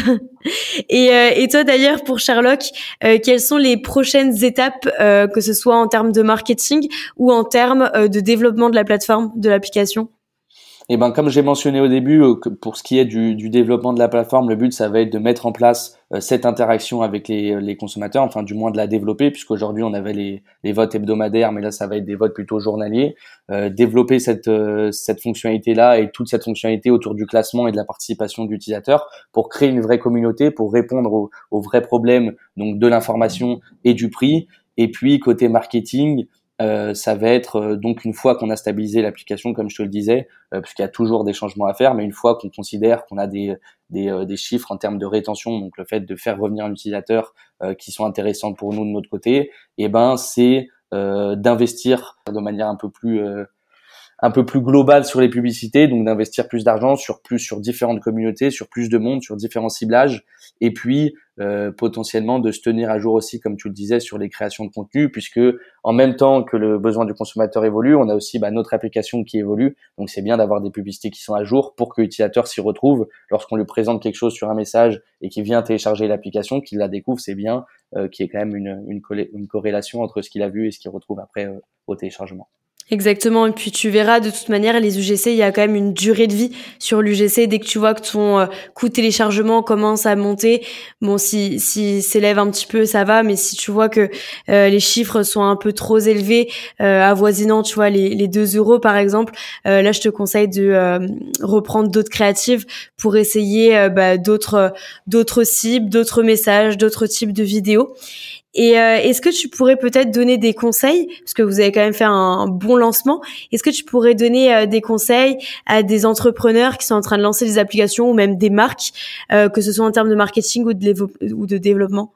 et euh, et toi, d'ailleurs, pour Sherlock, euh, quelles sont les prochaines étapes, euh, que ce soit en termes de marketing ou en termes euh, de développement de la plateforme, de l'application? Et ben comme j'ai mentionné au début, euh, que pour ce qui est du, du développement de la plateforme, le but ça va être de mettre en place euh, cette interaction avec les, les consommateurs, enfin du moins de la développer, puisqu'aujourd'hui on avait les, les votes hebdomadaires, mais là ça va être des votes plutôt journaliers. Euh, développer cette euh, cette fonctionnalité là et toute cette fonctionnalité autour du classement et de la participation de l'utilisateur pour créer une vraie communauté, pour répondre aux, aux vrais problèmes, donc de l'information et du prix. Et puis côté marketing, Euh, ça va être euh, donc une fois qu'on a stabilisé l'application, comme je te le disais, euh, puisqu'il y a toujours des changements à faire, mais une fois qu'on considère qu'on a des des, euh, des chiffres en termes de rétention, donc le fait de faire revenir un utilisateur euh, qui sont intéressants pour nous de notre côté, et ben c'est euh, d'investir de manière un peu plus euh, un peu plus global sur les publicités, donc d'investir plus d'argent sur plus sur différentes communautés, sur plus de monde, sur différents ciblages, et puis euh, potentiellement de se tenir à jour aussi, comme tu le disais, sur les créations de contenu, puisque en même temps que le besoin du consommateur évolue, on a aussi bah, notre application qui évolue, donc c'est bien d'avoir des publicités qui sont à jour pour que l'utilisateur s'y retrouve lorsqu'on lui présente quelque chose sur un message et qu'il vient télécharger l'application, qu'il la découvre, c'est bien euh, qu'il y ait quand même une, une, collé- une corrélation entre ce qu'il a vu et ce qu'il retrouve après euh, au téléchargement. Exactement. Et puis tu verras, de toute manière, les U G C, il y a quand même une durée de vie sur l'U G C. Dès que tu vois que ton euh, coût de téléchargement commence à monter, bon, si si s'élève un petit peu, ça va. Mais si tu vois que euh, les chiffres sont un peu trop élevés, euh, avoisinant, tu vois, les les deux euros par exemple, euh, là, je te conseille de euh, reprendre d'autres créatives pour essayer euh, bah, d'autres d'autres cibles, d'autres messages, d'autres types de vidéos. Et euh, est-ce que tu pourrais peut-être donner des conseils, parce que vous avez quand même fait un, un bon lancement, est-ce que tu pourrais donner euh, des conseils à des entrepreneurs qui sont en train de lancer des applications ou même des marques, euh, que ce soit en termes de marketing ou de, lévo- ou de développement?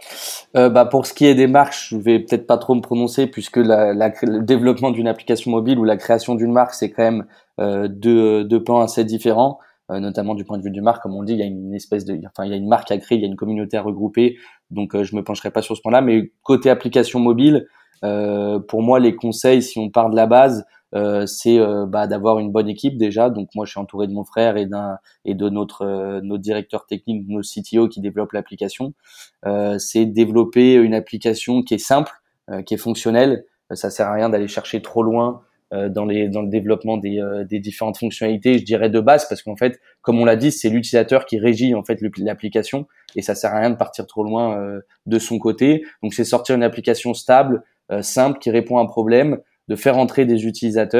Euh, bah pour ce qui est des marques, je vais peut-être pas trop me prononcer puisque la, la, le développement d'une application mobile ou la création d'une marque, c'est quand même euh, deux, deux pans assez différents, euh, notamment du point de vue du marque. Comme on dit, il y a une espèce de, enfin il y a une marque à créer, il y a une communauté à regrouper, donc euh, je me pencherai pas sur ce point-là. Mais côté application mobile, euh, pour moi les conseils, si on part de la base, euh, c'est euh, bah, d'avoir une bonne équipe déjà. Donc moi je suis entouré de mon frère et d'un et de notre euh, notre directeur technique, nos C T O qui développe l'application. Euh, c'est développer une application qui est simple, euh, qui est fonctionnelle. Euh, ça sert à rien d'aller chercher trop loin euh, dans les dans le développement des euh, des différentes fonctionnalités, je dirais de base, parce qu'en fait, comme on l'a dit, c'est l'utilisateur qui régit en fait l'application et ça sert à rien de partir trop loin euh, de son côté. Donc c'est sortir une application stable, euh, simple, qui répond à un problème, de faire entrer des utilisateurs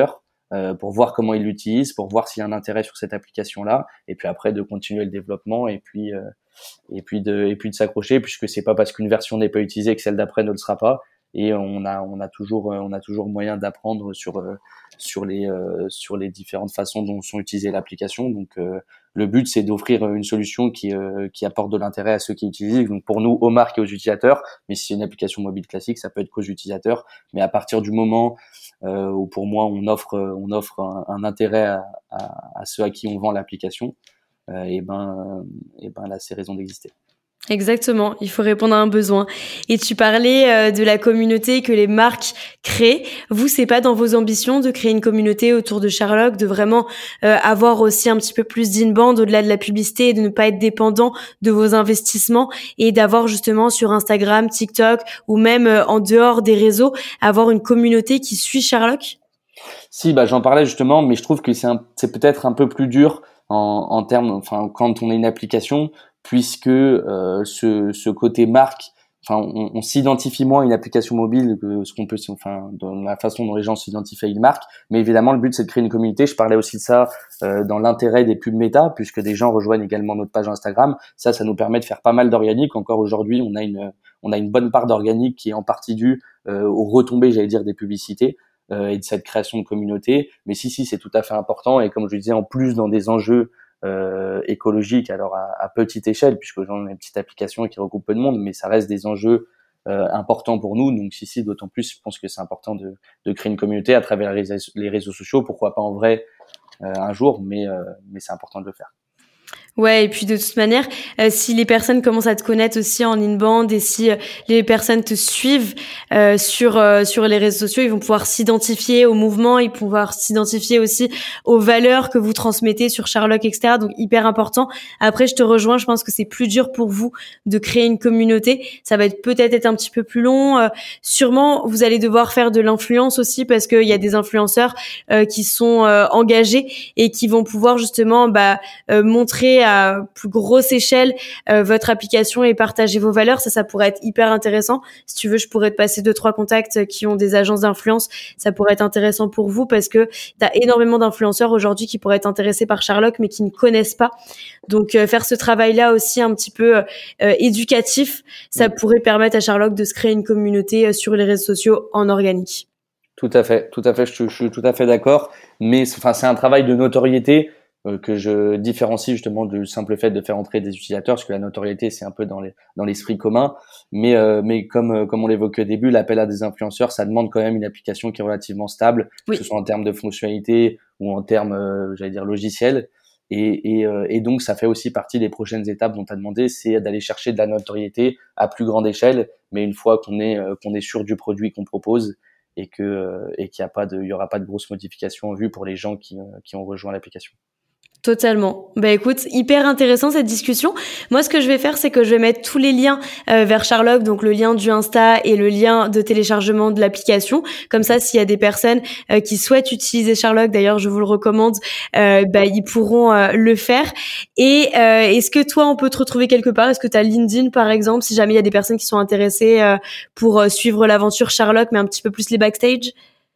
euh, pour voir comment ils l'utilisent, pour voir s'il y a un intérêt sur cette application-là, et puis après de continuer le développement et puis euh, et puis de et puis de s'accrocher, puisque c'est pas parce qu'une version n'est pas utilisée que celle d'après ne le sera pas. Et on a on a toujours on a toujours moyen d'apprendre sur euh, sur les euh, sur les différentes façons dont sont utilisées l'application. Donc euh, le but c'est d'offrir une solution qui euh, qui apporte de l'intérêt à ceux qui utilisent. Donc pour nous, aux marques et aux utilisateurs. Mais si c'est une application mobile classique, ça peut être qu'aux utilisateurs. Mais à partir du moment euh, où pour moi on offre on offre un, un intérêt à, à, à ceux à qui on vend l'application, euh, et ben euh, et ben là c'est raison d'exister. Exactement, il faut répondre à un besoin. Et tu parlais euh, de la communauté que les marques créent. Vous, c'est pas dans vos ambitions de créer une communauté autour de Sherlock, de vraiment euh, avoir aussi un petit peu plus d'inbound au-delà de la publicité et de ne pas être dépendant de vos investissements et d'avoir justement sur Instagram, TikTok ou même euh, en dehors des réseaux, avoir une communauté qui suit Sherlock? Si, bah j'en parlais justement, mais je trouve que c'est un, c'est peut-être un peu plus dur en, en termes, enfin quand on est une application, puisque euh, ce, ce côté marque, enfin on, on s'identifie moins à une application mobile que ce qu'on peut, enfin dans la façon dont les gens s'identifient à une marque. Mais évidemment, le but c'est de créer une communauté. Je parlais aussi de ça euh, dans l'intérêt des pubs méta, puisque des gens rejoignent également notre page Instagram. Ça, ça nous permet de faire pas mal d'organique. Encore aujourd'hui, on a une on a une bonne part d'organique qui est en partie due euh, aux retombées, j'allais dire, des publicités. Euh, et de cette création de communauté. Mais si, si, c'est tout à fait important. Et comme je le disais, en plus dans des enjeux euh, écologiques, alors à, à petite échelle, puisque j'en ai une petite application qui regroupe peu de monde, mais ça reste des enjeux euh, importants pour nous. Donc si, si, d'autant plus, je pense que c'est important de, de créer une communauté à travers les réseaux, les réseaux sociaux. Pourquoi pas en vrai euh, un jour, mais, euh, mais c'est important de le faire. Ouais, et puis de toute manière, euh, si les personnes commencent à te connaître aussi en inbound et si euh, les personnes te suivent euh, sur euh, sur les réseaux sociaux, ils vont pouvoir s'identifier au mouvement, ils vont pouvoir s'identifier aussi aux valeurs que vous transmettez sur Sherlock, et cetera. Donc hyper important. Après, je te rejoins, je pense que c'est plus dur pour vous de créer une communauté. Ça va être peut-être être un petit peu plus long. Euh, sûrement, vous allez devoir faire de l'influence aussi parce qu'il y a des influenceurs euh, qui sont euh, engagés et qui vont pouvoir justement bah euh, montrer à plus grosse échelle euh, votre application et partager vos valeurs. Ça, ça pourrait être hyper intéressant. Si tu veux, je pourrais te passer deux, trois contacts qui ont des agences d'influence. Ça pourrait être intéressant pour vous parce que tu as énormément d'influenceurs aujourd'hui qui pourraient être intéressés par Sherlock mais qui ne connaissent pas. Donc, euh, faire ce travail-là aussi un petit peu euh, éducatif, ça pourrait permettre à Sherlock de se créer une communauté euh, sur les réseaux sociaux en organique. Tout à fait, tout à fait, je, je suis tout à fait d'accord. Mais enfin, c'est un travail de notoriété que je différencie justement du simple fait de faire entrer des utilisateurs, parce que la notoriété c'est un peu dans les dans l'esprit commun, mais euh, mais comme comme on l'évoquait au début, l'appel à des influenceurs, ça demande quand même une application qui est relativement stable, oui. Que ce soit en termes de fonctionnalité ou en termes euh, j'allais dire logiciels, et et euh, et donc ça fait aussi partie des prochaines étapes dont tu as demandé, c'est d'aller chercher de la notoriété à plus grande échelle, mais une fois qu'on est euh, qu'on est sûr du produit qu'on propose et que euh, et qu'il y a pas de il y aura pas de grosses modifications en vue pour les gens qui euh, qui ont rejoint l'application. Totalement. Bah écoute, hyper intéressant cette discussion. Moi, ce que je vais faire, c'est que je vais mettre tous les liens euh, vers Sherlock, donc le lien du Insta et le lien de téléchargement de l'application. Comme ça, s'il y a des personnes euh, qui souhaitent utiliser Sherlock, d'ailleurs, je vous le recommande, euh, bah ils pourront euh, le faire. Et euh, est-ce que toi, on peut te retrouver quelque part? Est-ce que tu as LinkedIn, par exemple, si jamais il y a des personnes qui sont intéressées euh, pour euh, suivre l'aventure Sherlock, mais un petit peu plus les backstage?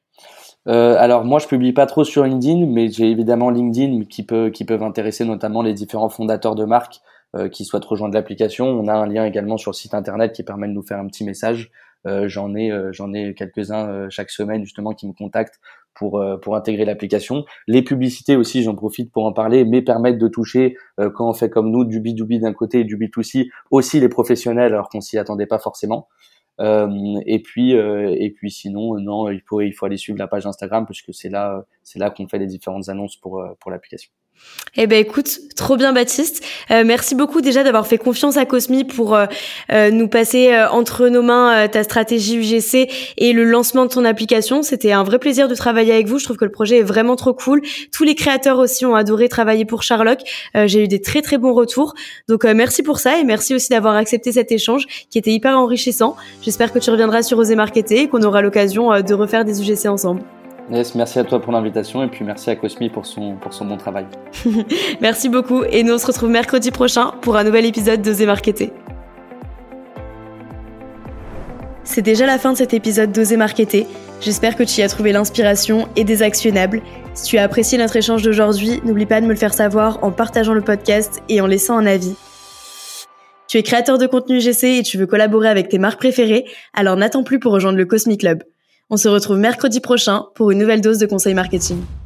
Euh, alors moi je publie pas trop sur LinkedIn, mais j'ai évidemment LinkedIn qui peut qui peuvent intéresser notamment les différents fondateurs de marques euh, qui souhaitent rejoindre l'application. On a un lien également sur le site internet qui permet de nous faire un petit message. Euh, j'en ai euh, j'en ai quelques-uns euh, chaque semaine justement qui me contactent pour euh, pour intégrer l'application. Les publicités aussi, j'en profite pour en parler, mais permettent de toucher euh, quand on fait comme nous du B deux B d'un côté et du B deux C aussi les professionnels alors qu'on s'y attendait pas forcément. Euh, et puis euh, et puis sinon non il faut il faut aller suivre la page Instagram parce que c'est là c'est là qu'on fait les différentes annonces pour pour l'application. Eh ben écoute, trop bien Baptiste. Euh, merci beaucoup déjà d'avoir fait confiance à Cosmi pour euh, euh, nous passer euh, entre nos mains euh, ta stratégie U G C et le lancement de ton application. C'était un vrai plaisir de travailler avec vous. Je trouve que le projet est vraiment trop cool. Tous les créateurs aussi ont adoré travailler pour Sherlock. Euh, j'ai eu des très très bons retours. Donc euh, merci pour ça et merci aussi d'avoir accepté cet échange qui était hyper enrichissant. J'espère que tu reviendras sur Oser Marketer et qu'on aura l'occasion euh, de refaire des U G C ensemble. Yes, merci à toi pour l'invitation et puis merci à Cosmi pour son, pour son bon travail. Merci beaucoup et nous on se retrouve mercredi prochain pour un nouvel épisode d'Oser Marketer. C'est déjà la fin de cet épisode d'Oser Marketer. J'espère que tu y as trouvé l'inspiration et des actionnables. Si tu as apprécié notre échange d'aujourd'hui, n'oublie pas de me le faire savoir en partageant le podcast et en laissant un avis. Tu es créateur de contenu G C et tu veux collaborer avec tes marques préférées, alors n'attends plus pour rejoindre le Cosmic Club. On se retrouve mercredi prochain pour une nouvelle dose de conseils marketing.